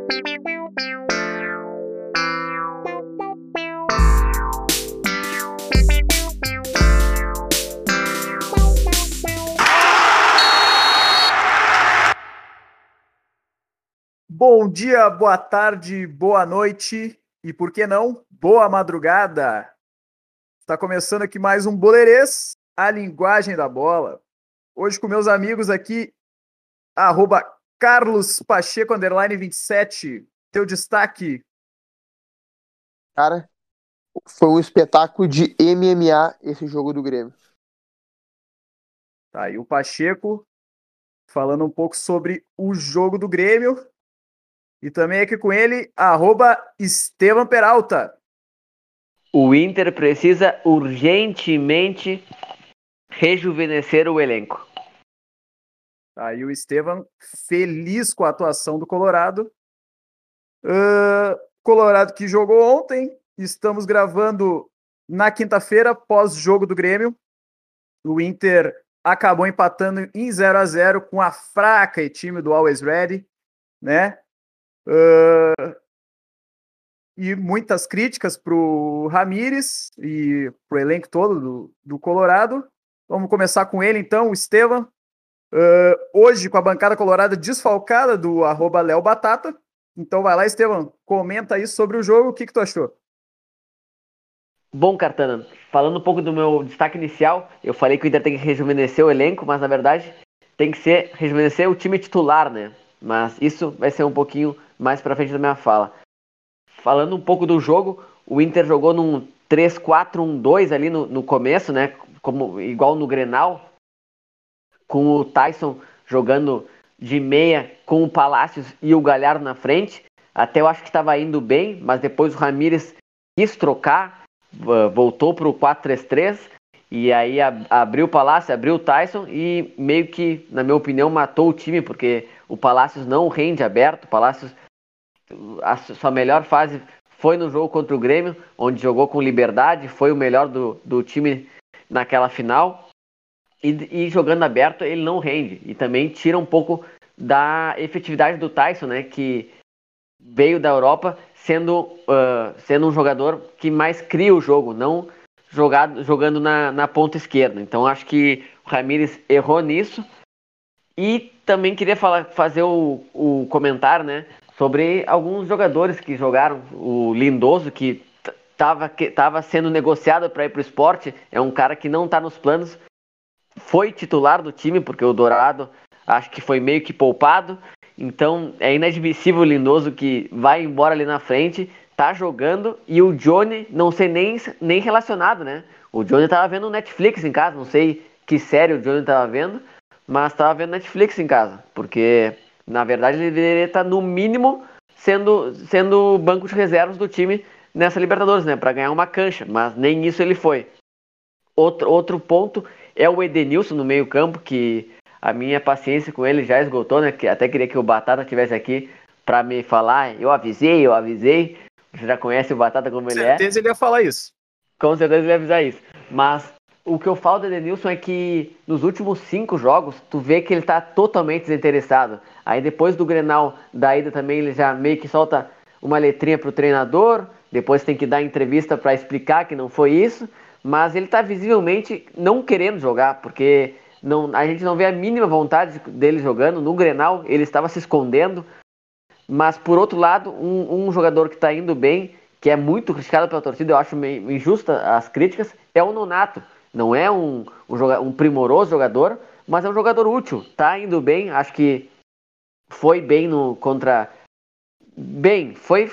Bom dia, boa tarde, boa noite e, por que não, boa madrugada. Está começando aqui mais um Boleirês, a linguagem da bola. Hoje com meus amigos aqui, @CarlosPacheco_27. Teu destaque? Cara, foi um espetáculo de MMA esse jogo do Grêmio. Tá aí o Pacheco falando um pouco sobre o jogo do Grêmio. E também aqui com ele, @Estevam Peralta. O Inter precisa urgentemente rejuvenescer o elenco. Aí o Estevam feliz com a atuação do Colorado. Colorado que jogou ontem. Estamos gravando na quinta-feira, pós-jogo do Grêmio. O Inter acabou empatando em 0-0 com a fraca e time do Always Ready, né? E muitas críticas para o Ramires e para o elenco todo do Colorado. Vamos começar com ele, então, o Estevam. Hoje, com a bancada colorada desfalcada do @Léo Batata. Então vai lá, Estevam, comenta aí sobre o jogo, o que tu achou? Bom, Cartana, falando um pouco do meu destaque inicial, eu falei que o Inter tem que rejuvenescer o elenco, mas na verdade tem que rejuvenescer o time titular, né? Mas isso vai ser um pouquinho mais pra frente da minha fala. Falando um pouco do jogo, o Inter jogou num 3-4-1-2 ali no começo, né? Igual no Grenal, com o Tyson jogando de meia, com o Palácios e o Galhardo na frente. Até eu acho que estava indo bem, mas depois o Ramires quis trocar, voltou para o 4-3-3, e aí abriu o Palácio, abriu o Tyson e meio que, na minha opinião, matou o time, porque o Palácios não rende aberto. O Palácios, a sua melhor fase foi no jogo contra o Grêmio, onde jogou com liberdade, foi o melhor do time naquela final. E jogando aberto ele não rende. E também tira um pouco da efetividade do Tyson, né? Que veio da Europa sendo um jogador que mais cria o jogo, não jogando na ponta esquerda. Então acho que o Ramires errou nisso. E também queria fazer o comentário, né? Sobre alguns jogadores que jogaram. O Lindoso, que estava sendo negociado para ir para o Sport, é um cara que não está nos planos. Foi titular do time, porque o Dourado acho que foi meio que poupado. Então é inadmissível o Lindoso, que vai embora ali na frente, tá jogando, e o Johnny não sei nem relacionado, né? O Johnny tava vendo Netflix em casa, não sei que série o Johnny tava vendo, mas tava vendo Netflix em casa, porque na verdade ele deveria estar no mínimo sendo banco de reservas do time nessa Libertadores, né? Para ganhar uma cancha, mas nem isso ele foi. Outro ponto é o Edenilson no meio campo, que a minha paciência com ele já esgotou, né? Que até queria que o Batata estivesse aqui para me falar. Eu avisei. Você já conhece o Batata como ele é. Com certeza ele ia falar isso. Com certeza ele ia avisar isso. Mas o que eu falo do Edenilson é que nos últimos 5 jogos, tu vê que ele tá totalmente desinteressado. Aí depois do Grenal, da ida também, ele já meio que solta uma letrinha pro treinador. Depois tem que dar entrevista para explicar que não foi isso. Mas ele está visivelmente não querendo jogar, porque a gente não vê a mínima vontade dele jogando. No Grenal ele estava se escondendo, mas por outro lado, um jogador que está indo bem, que é muito criticado pela torcida, eu acho meio injusta as críticas, é o Nonato. Não é um primoroso jogador, mas é um jogador útil, está indo bem. Acho que foi bem contra... Bem,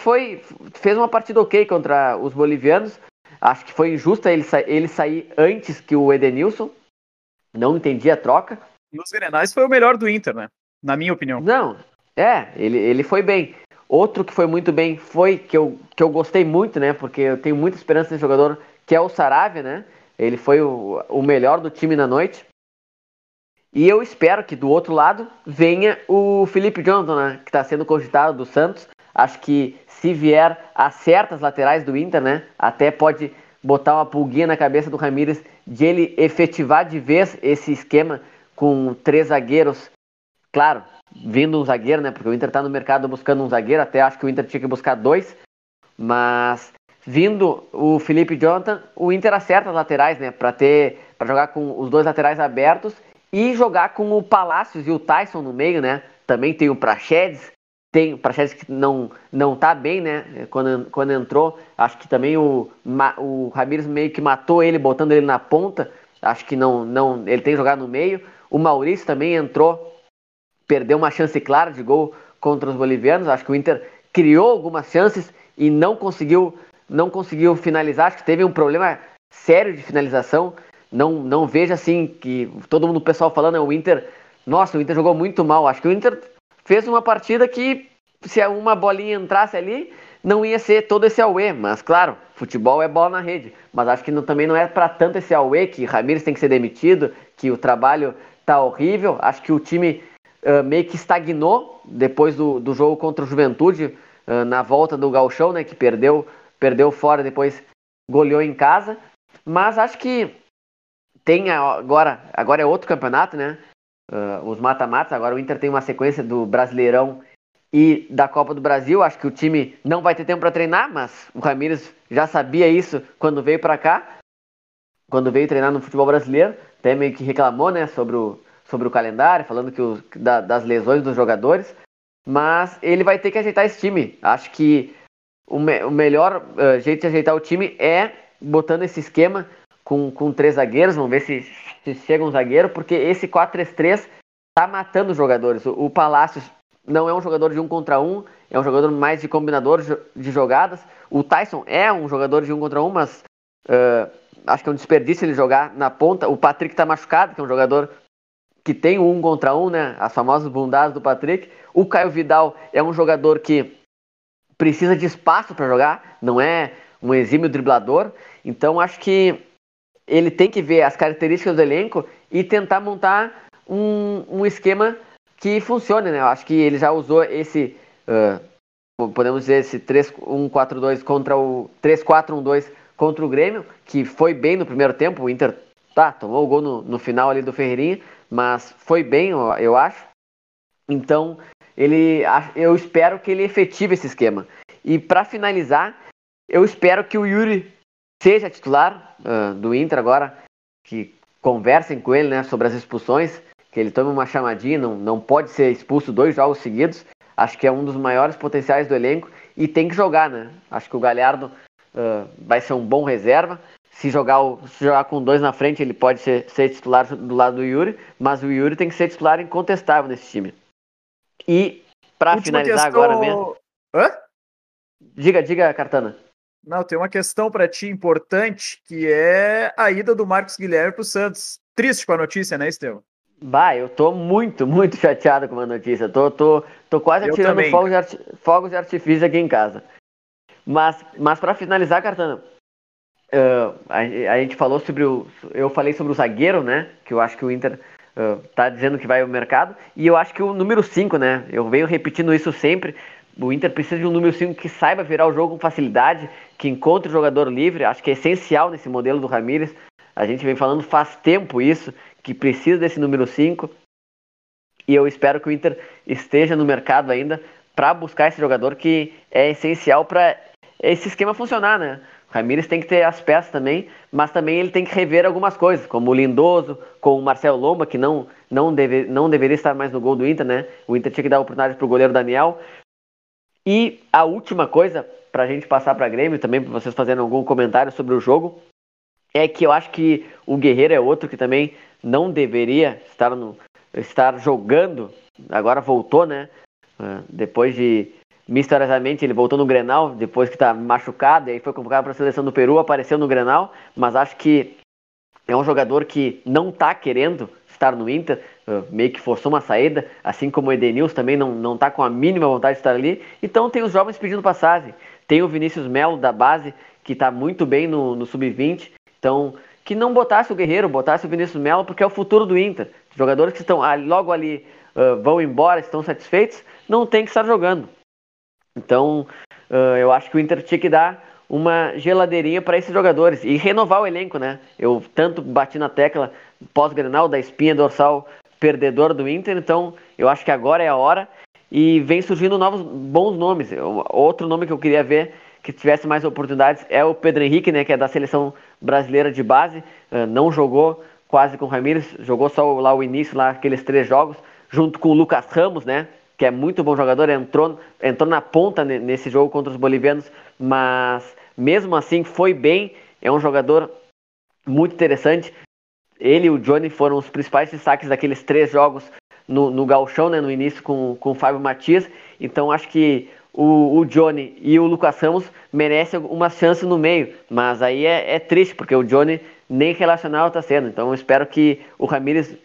fez uma partida ok contra os bolivianos. Acho que foi injusto ele sair antes que o Edenilson. Não entendi a troca. Nos Grenais foi o melhor do Inter, né? Na minha opinião. Não, ele foi bem. Outro que foi muito bem foi que eu gostei muito, né? Porque eu tenho muita esperança nesse jogador, que é o Saravia, né? Ele foi o melhor do time na noite. E eu espero que do outro lado venha o Felipe Jonathan, né? Que está sendo cogitado do Santos. Acho que se vier, acerta as laterais do Inter, né? Até pode botar uma pulguinha na cabeça do Ramires de ele efetivar de vez esse esquema com 3 zagueiros. Claro, vindo um zagueiro, né? Porque o Inter tá no mercado buscando um zagueiro, até acho que o Inter tinha que buscar 2, mas vindo o Felipe Jonathan, o Inter acerta as laterais, né? Para jogar com os 2 laterais abertos e jogar com o Palácios e o Tyson no meio, né? Também tem o Praxedes, tem o Praxedes que não tá bem, né? Quando entrou, acho que também o Ramires meio que matou ele, botando ele na ponta. Acho que ele tem que jogar no meio. O Maurício também entrou, perdeu uma chance clara de gol contra os bolivianos. Acho que o Inter criou algumas chances e não conseguiu finalizar. Acho que teve um problema sério de finalização. Não vejo assim que todo mundo, o pessoal falando, o Inter jogou muito mal. Acho que o Inter fez uma partida que, se uma bolinha entrasse ali, não ia ser todo esse auê. Mas claro, futebol é bola na rede. Mas acho que também não é para tanto esse auê, que Ramires tem que ser demitido, que o trabalho tá horrível. Acho que o time meio que estagnou depois do jogo contra o Juventude, na volta do Gauchão, né, que perdeu fora, depois goleou em casa. Mas acho que tem agora é outro campeonato, né? Os mata-matas. Agora o Inter tem uma sequência do Brasileirão e da Copa do Brasil. Acho que o time não vai ter tempo para treinar, mas o Ramires já sabia isso quando veio para cá, quando veio treinar no futebol brasileiro. Até meio que reclamou, né, sobre o calendário, falando que das lesões dos jogadores. Mas ele vai ter que ajeitar esse time. Acho que o melhor jeito de ajeitar o time é botando esse esquema com 3 zagueiros. Vamos ver se chega um zagueiro, porque esse 4-3-3 tá matando os jogadores. O Palácios não é um jogador de 1 contra 1, é um jogador mais de combinador de jogadas. O Tyson é um jogador de 1 contra 1, mas acho que é um desperdício ele jogar na ponta. O Patrick tá machucado, que é um jogador que tem o 1 contra 1, né? As famosas bundadas do Patrick. O Caio Vidal é um jogador que precisa de espaço para jogar, não é um exímio driblador. Então acho que ele tem que ver as características do elenco e tentar montar um esquema que funcione, né? Eu acho que ele já usou esse, podemos dizer, esse 3-1-4-2 contra o 3-4-1-2 contra o Grêmio, que foi bem no primeiro tempo. O Inter tomou o gol no final ali do Ferreirinha, mas foi bem, eu acho. Então eu espero que ele efetive esse esquema. E para finalizar, eu espero que o Yuri seja titular do Inter agora, que conversem com ele, né, sobre as expulsões, que ele tome uma chamadinha, não pode ser expulso 2 jogos seguidos. Acho que é um dos maiores potenciais do elenco e tem que jogar, né? Acho que o Galhardo vai ser um bom reserva. Se jogar com 2 na frente, ele pode ser titular do lado do Yuri, mas o Yuri tem que ser titular incontestável nesse time. E para finalizar questão... agora mesmo... Hã? Diga, Cartana. Não, tem uma questão para ti importante, que é a ida do Marcos Guilherme para o Santos. Triste com a notícia, né, Estevão? Bah, eu tô muito, muito chateado com a notícia. Tô quase atirando fogos de artifício aqui em casa. Mas para finalizar, Cartana, a gente falou eu falei sobre o zagueiro, né? Que eu acho que o Inter tá dizendo que vai ao mercado. E eu acho que o número 5, né? Eu venho repetindo isso sempre. O Inter precisa de um número 5 que saiba virar o jogo com facilidade, que encontre o jogador livre. Acho que é essencial nesse modelo do Ramires. A gente vem falando faz tempo isso, que precisa desse número 5. E eu espero que o Inter esteja no mercado ainda para buscar esse jogador, que é essencial para esse esquema funcionar, né? O Ramires tem que ter as peças também, mas também ele tem que rever algumas coisas, como o Lindoso, com o Marcelo Lomba, que não deveria estar mais no gol do Inter, né? O Inter tinha que dar oportunidade para o goleiro Daniel. E a última coisa, para a gente passar para Grêmio, também para vocês fazerem algum comentário sobre o jogo, é que eu acho que o Guerreiro é outro que também não deveria estar jogando. Agora voltou, né? Depois de, misteriosamente, ele voltou no Grenal, depois que está machucado, e aí foi convocado para a seleção do Peru, apareceu no Grenal, mas acho que é um jogador que não está querendo estar no Inter, meio que forçou uma saída, assim como o Edenilson também não está com a mínima vontade de estar ali. Então tem os jovens pedindo passagem. Tem o Vinícius Melo da base, que está muito bem no Sub-20. Então, que não botasse o Guerreiro, botasse o Vinícius Melo, porque é o futuro do Inter. Jogadores que estão logo ali, vão embora, estão satisfeitos, não tem que estar jogando. Então, eu acho que o Inter tinha que dar uma geladeirinha para esses jogadores e renovar o elenco, né? Eu tanto bati na tecla pós-Grenal da espinha dorsal perdedora do Inter, então eu acho que agora é a hora e vem surgindo novos bons nomes. Outro nome que eu queria ver que tivesse mais oportunidades é o Pedro Henrique, né, que é da seleção brasileira de base, não jogou quase com o Ramires, jogou só lá o início, lá aqueles 3 jogos, junto com o Lucas Ramos, né, que é muito bom jogador, entrou na ponta nesse jogo contra os bolivianos, mas mesmo assim foi bem, é um jogador muito interessante. Ele e o Johnny foram os principais destaques daqueles 3 jogos no Gauchão, né, no início com o Fábio Matias. Então acho que o Johnny e o Lucas Ramos merecem uma chance no meio, mas aí é triste, porque o Johnny nem relacional está sendo. Então eu espero que o Ramires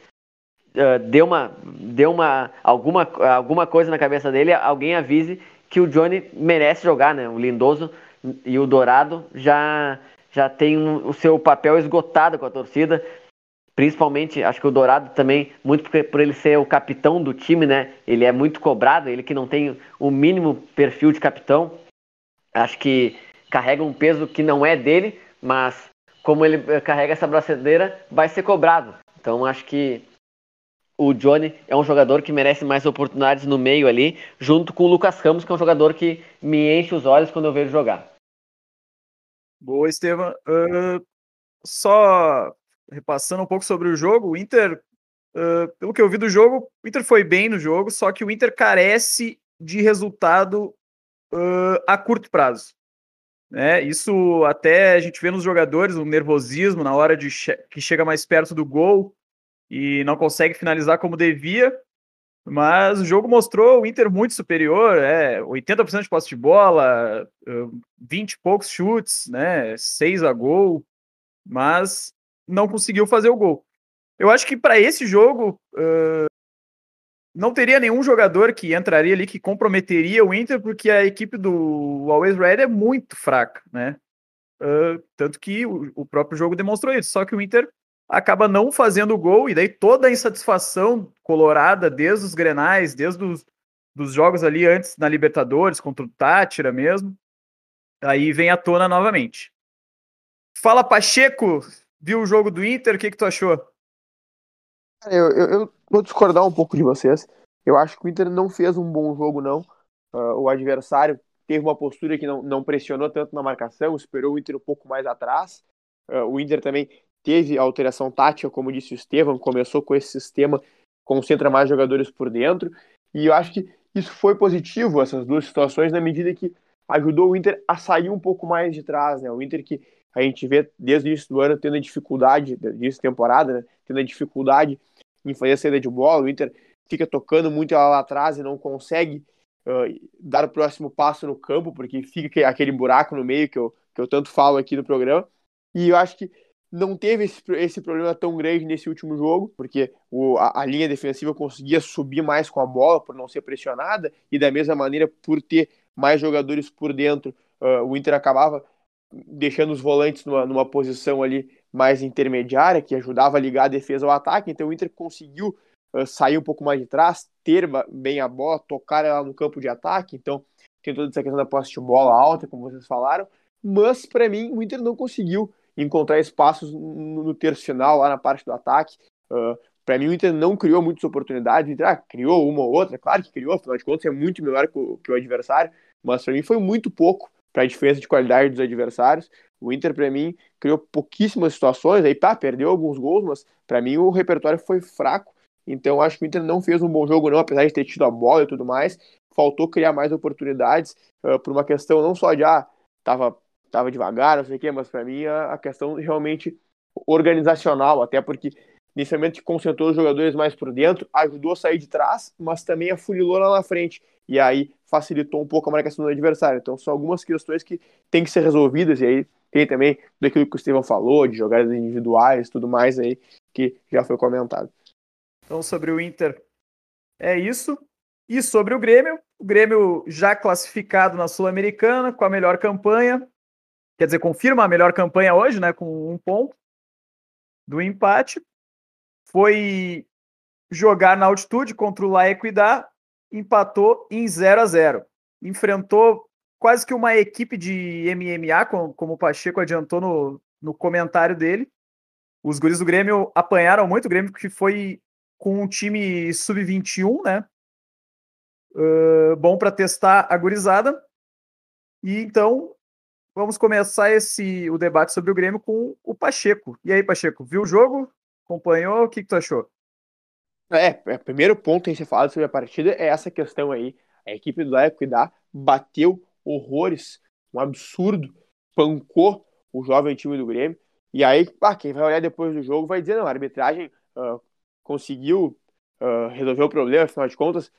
dê alguma coisa na cabeça dele, alguém avise que o Johnny merece jogar, né? O Lindoso e o Dourado já tem o seu papel esgotado com a torcida. Principalmente, acho que o Dourado também, muito por ele ser o capitão do time, né? Ele é muito cobrado, ele que não tem o mínimo perfil de capitão. Acho que carrega um peso que não é dele, mas como ele carrega essa braçadeira, vai ser cobrado. Então, acho que o Johnny é um jogador que merece mais oportunidades no meio ali, junto com o Lucas Ramos, que é um jogador que me enche os olhos quando eu vejo jogar. Boa, Estevam. Só repassando um pouco sobre o jogo, o Inter, pelo que eu vi do jogo, o Inter foi bem no jogo, só que o Inter carece de resultado a curto prazo. Né? Isso até a gente vê nos jogadores, o nervosismo na hora que chega mais perto do gol e não consegue finalizar como devia, mas o jogo mostrou o Inter muito superior, 80% de posse de bola, 20 e poucos chutes, né, 6 a gol, mas não conseguiu fazer o gol. Eu acho que para esse jogo não teria nenhum jogador que entraria ali que comprometeria o Inter, porque a equipe do Always Red é muito fraca, né? Tanto que o próprio jogo demonstrou isso. Só que o Inter acaba não fazendo o gol, e daí toda a insatisfação colorada, desde os Grenais, desde dos jogos ali antes na Libertadores, contra o Tátira mesmo, aí vem à tona novamente. Fala, Pacheco, viu o jogo do Inter, o que tu achou? Eu vou discordar um pouco de vocês. Eu acho que o Inter não fez um bom jogo, não. O adversário teve uma postura que não pressionou tanto na marcação, esperou o Inter um pouco mais atrás. O Inter também teve alteração tática, como disse o Estevam, começou com esse sistema, concentra mais jogadores por dentro. E eu acho que isso foi positivo, essas duas situações, na medida que ajudou o Inter a sair um pouco mais de trás, né? O Inter que a gente vê desde o início do ano tendo a dificuldade, início de temporada, né? Tendo a dificuldade em fazer a saída de bola, o Inter fica tocando muito ela lá atrás e não consegue dar o próximo passo no campo, porque fica aquele buraco no meio que eu tanto falo aqui no programa. E eu acho que não teve esse problema tão grande nesse último jogo, porque a linha defensiva conseguia subir mais com a bola por não ser pressionada, e da mesma maneira, por ter mais jogadores por dentro, o Inter acabava deixando os volantes numa posição ali mais intermediária, que ajudava a ligar a defesa ao ataque. Então o Inter conseguiu sair um pouco mais de trás, ter bem a bola, tocar ela no campo de ataque. Então tem toda essa questão da posse de bola alta, como vocês falaram, mas para mim o Inter não conseguiu encontrar espaços no terço final, lá na parte do ataque. Para mim o Inter não criou muitas oportunidades, o Inter criou uma ou outra, claro que criou, afinal de contas é muito melhor que o adversário, mas para mim foi muito pouco para a diferença de qualidade dos adversários. O Inter, para mim, criou pouquíssimas situações, aí perdeu alguns gols, mas para mim o repertório foi fraco. Então acho que o Inter não fez um bom jogo, não, apesar de ter tido a bola e tudo mais. Faltou criar mais oportunidades por uma questão não só de tava devagar, não sei o quê, mas para mim a questão realmente organizacional, até porque nesse momento que concentrou os jogadores mais por dentro, ajudou a sair de trás, mas também afunilou lá na frente. E aí facilitou um pouco a marcação do adversário. Então são algumas questões que têm que ser resolvidas, e aí tem também daquilo que o Estevão falou, de jogadas individuais, tudo mais aí, que já foi comentado. Então, sobre o Inter, é isso. E sobre o Grêmio já classificado na Sul-Americana, com a melhor campanha, quer dizer, confirma a melhor campanha hoje, né, com 1 ponto do empate, foi jogar na altitude contra o La Equidad, empatou em 0-0. Enfrentou quase que uma equipe de MMA, como o Pacheco adiantou no comentário dele. Os guris do Grêmio apanharam muito, o Grêmio que foi com um time sub-21, né? Bom para testar a gurizada. E então, vamos começar o debate sobre o Grêmio com o Pacheco. E aí, Pacheco, viu o jogo? Acompanhou? O que tu achou? O primeiro ponto que a gente falado sobre a partida é essa questão aí. A equipe do Cuidar bateu horrores, um absurdo, pancou o jovem time do Grêmio. E aí, quem vai olhar depois do jogo vai dizer, não, a arbitragem conseguiu resolver o problema, afinal de contas,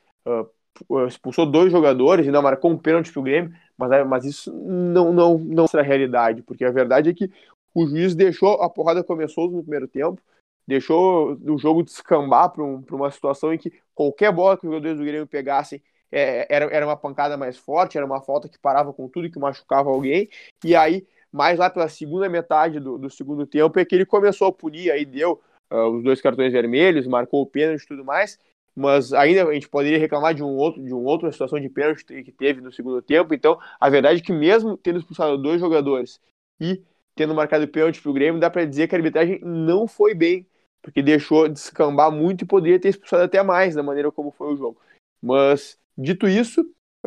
expulsou 2 jogadores e não marcou um pênalti pro Grêmio, mas isso não é a realidade, porque a verdade é que o juiz deixou, a porrada começou no primeiro tempo, deixou o jogo descambar para uma situação em que qualquer bola que os jogadores do Grêmio pegassem era uma pancada mais forte, era uma falta que parava com tudo, que machucava alguém, e aí, mais lá pela segunda metade do segundo tempo, é que ele começou a punir, aí deu os 2 cartões vermelhos, marcou o pênalti e tudo mais, mas ainda a gente poderia reclamar de outra situação de pênalti que teve no segundo tempo, então a verdade é que mesmo tendo expulsado 2 jogadores e tendo marcado pênalti pro Grêmio, dá para dizer que a arbitragem não foi bem, porque deixou descambar muito e poderia ter expulsado até mais da maneira como foi o jogo. Mas, dito isso,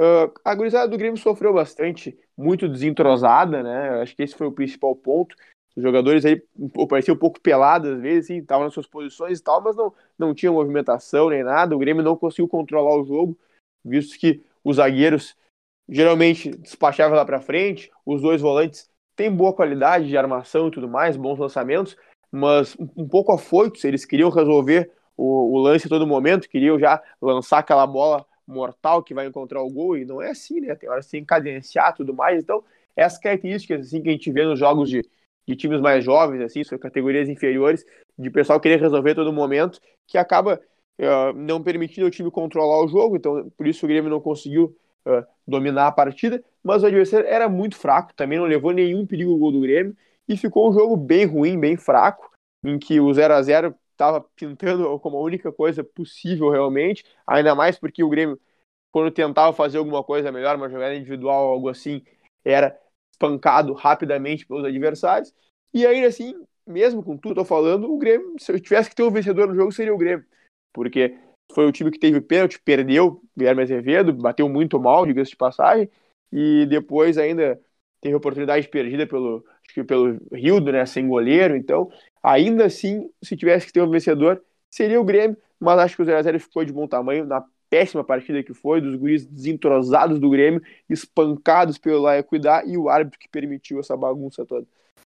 a gurizada do Grêmio sofreu bastante, muito desentrosada, né? Acho que esse foi o principal ponto. Os jogadores aí pareciam um pouco pelados às vezes, estavam nas suas posições e tal, mas não tinha movimentação nem nada. O Grêmio não conseguiu controlar o jogo, visto que os zagueiros geralmente despachavam lá para frente, os 2 volantes têm boa qualidade de armação e tudo mais, bons lançamentos, mas um pouco afoitos, eles queriam resolver o lance a todo momento, queriam já lançar aquela bola mortal que vai encontrar o gol, e não é assim, né? Tem hora que tem que cadenciar e tudo mais, então essas características assim, que a gente vê nos jogos de times mais jovens, assim, categorias inferiores, de pessoal querer resolver a todo momento, que acaba não permitindo o time controlar o jogo, então por isso o Grêmio não conseguiu dominar a partida, mas o adversário era muito fraco, também não levou nenhum perigo ao gol do Grêmio, e ficou um jogo bem ruim, bem fraco, em que o 0-0 estava pintando como a única coisa possível realmente, ainda mais porque o Grêmio, quando tentava fazer alguma coisa melhor, uma jogada individual, algo assim, era espancado rapidamente pelos adversários, e ainda assim, mesmo com tudo que eu tô falando, o Grêmio, se eu tivesse que ter um vencedor no jogo, seria o Grêmio, porque foi o time que teve pênalti, perdeu, Guilherme Azevedo, bateu muito mal, diga-se de passagem, e depois ainda teve oportunidade perdida acho que pelo Rildo, né, sem goleiro, então, ainda assim, se tivesse que ter um vencedor, seria o Grêmio, mas acho que o 0-0 ficou de bom tamanho, na péssima partida que foi, dos guris desentrosados do Grêmio, espancados pelo Laia Cuidar, e o árbitro que permitiu essa bagunça toda.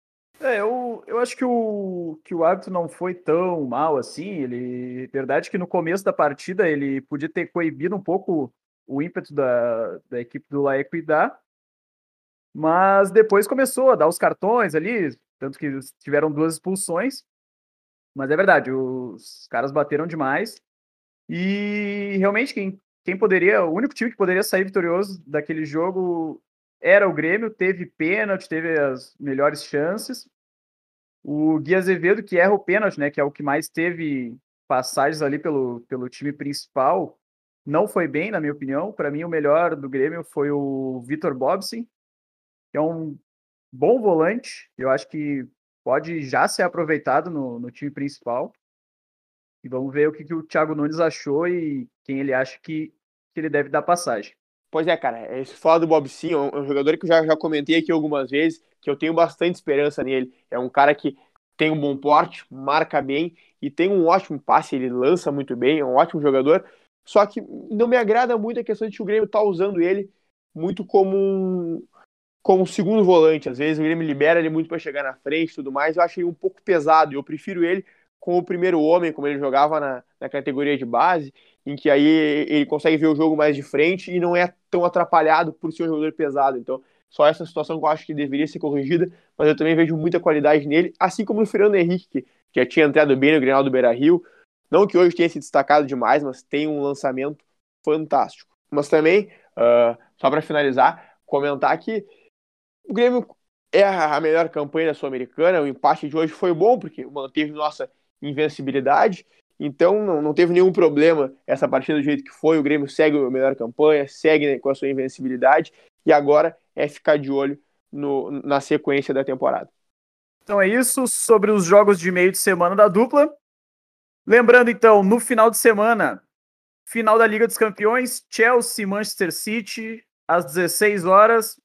Eu acho que o árbitro não foi tão mal assim. Verdade que no começo da partida ele podia ter coibido um pouco o ímpeto da equipe do La Equidad, mas depois começou a dar os cartões ali, tanto que tiveram 2 expulsões. Mas é verdade, os caras bateram demais. E realmente o único time que poderia sair vitorioso daquele jogo era o Grêmio. Teve pênalti, teve as melhores chances. O Gui Azevedo, que erra o pênalti, né, que é o que mais teve passagens ali pelo time principal, não foi bem, na minha opinião. Para mim, o melhor do Grêmio foi o Vitor Bobsin, que é um bom volante. Eu acho que pode já ser aproveitado no time principal. E vamos ver o que o Thiago Nunes achou e quem ele acha que ele deve dar passagem. Pois é, cara, esse fala do Bob Sim, é um jogador que eu já comentei aqui algumas vezes, que eu tenho bastante esperança nele. É um cara que tem um bom porte, marca bem e tem um ótimo passe, ele lança muito bem, é um ótimo jogador. Só que não me agrada muito a questão de que o Grêmio tá usando ele muito como segundo volante. Às vezes o Grêmio libera ele muito para chegar na frente e tudo mais. Eu acho ele um pouco pesado. Eu prefiro ele como o primeiro homem, como ele jogava na categoria de base, em que aí ele consegue ver o jogo mais de frente e não é tão atrapalhado por ser um jogador pesado. Então, só essa situação que eu acho que deveria ser corrigida, mas eu também vejo muita qualidade nele, assim como no Fernando Henrique, que já tinha entrado bem no Grenal do Beira-Rio. Não que hoje tenha se destacado demais, mas tem um lançamento fantástico. Mas também, só para finalizar, comentar que o Grêmio é a melhor campanha da Sul-Americana. O empate de hoje foi bom, porque manteve nossa invencibilidade. Então não teve nenhum problema essa partida do jeito que foi. O Grêmio segue a melhor campanha, segue com a sua invencibilidade. E agora é ficar de olho na sequência da temporada. Então é isso sobre os jogos de meio de semana da dupla. Lembrando, então, no final de semana, final da Liga dos Campeões, Chelsea, Manchester City, às 16 horas.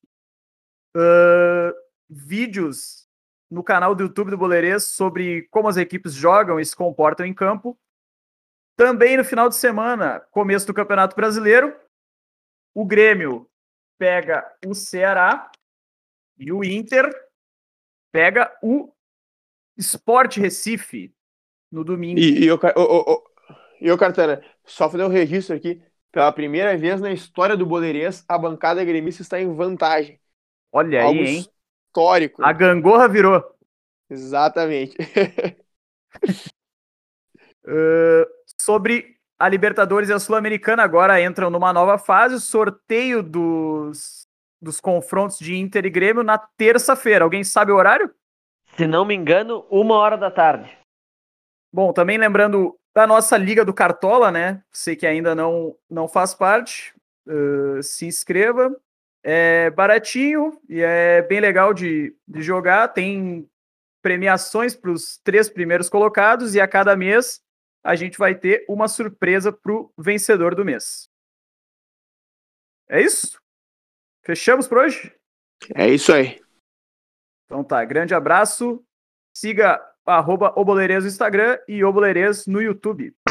Vídeos no canal do YouTube do Boleirês sobre como as equipes jogam e se comportam em campo. Também no final de semana, começo do Campeonato Brasileiro, o Grêmio pega o Ceará e o Inter pega o Sport Recife no domingo. E eu, Cartana, só fazer um registro aqui. Pela primeira vez na história do Boleirês, a bancada gremista está em vantagem. Olha Algo aí, hein? Histórico. A gangorra virou. Exatamente. Sobre a Libertadores e a Sul-Americana, agora entram numa nova fase, o sorteio dos confrontos de Inter e Grêmio na terça-feira. Alguém sabe o horário? Se não me engano, 1h da tarde. Bom, também lembrando da nossa Liga do Cartola, né? Você que ainda não faz parte, se inscreva. É baratinho e é bem legal de jogar. Tem premiações para os 3 primeiros colocados e a cada mês a gente vai ter uma surpresa para o vencedor do mês. É isso? Fechamos por hoje? É isso aí. Então tá, grande abraço. Siga @oboleirês no Instagram e oboleirês no YouTube.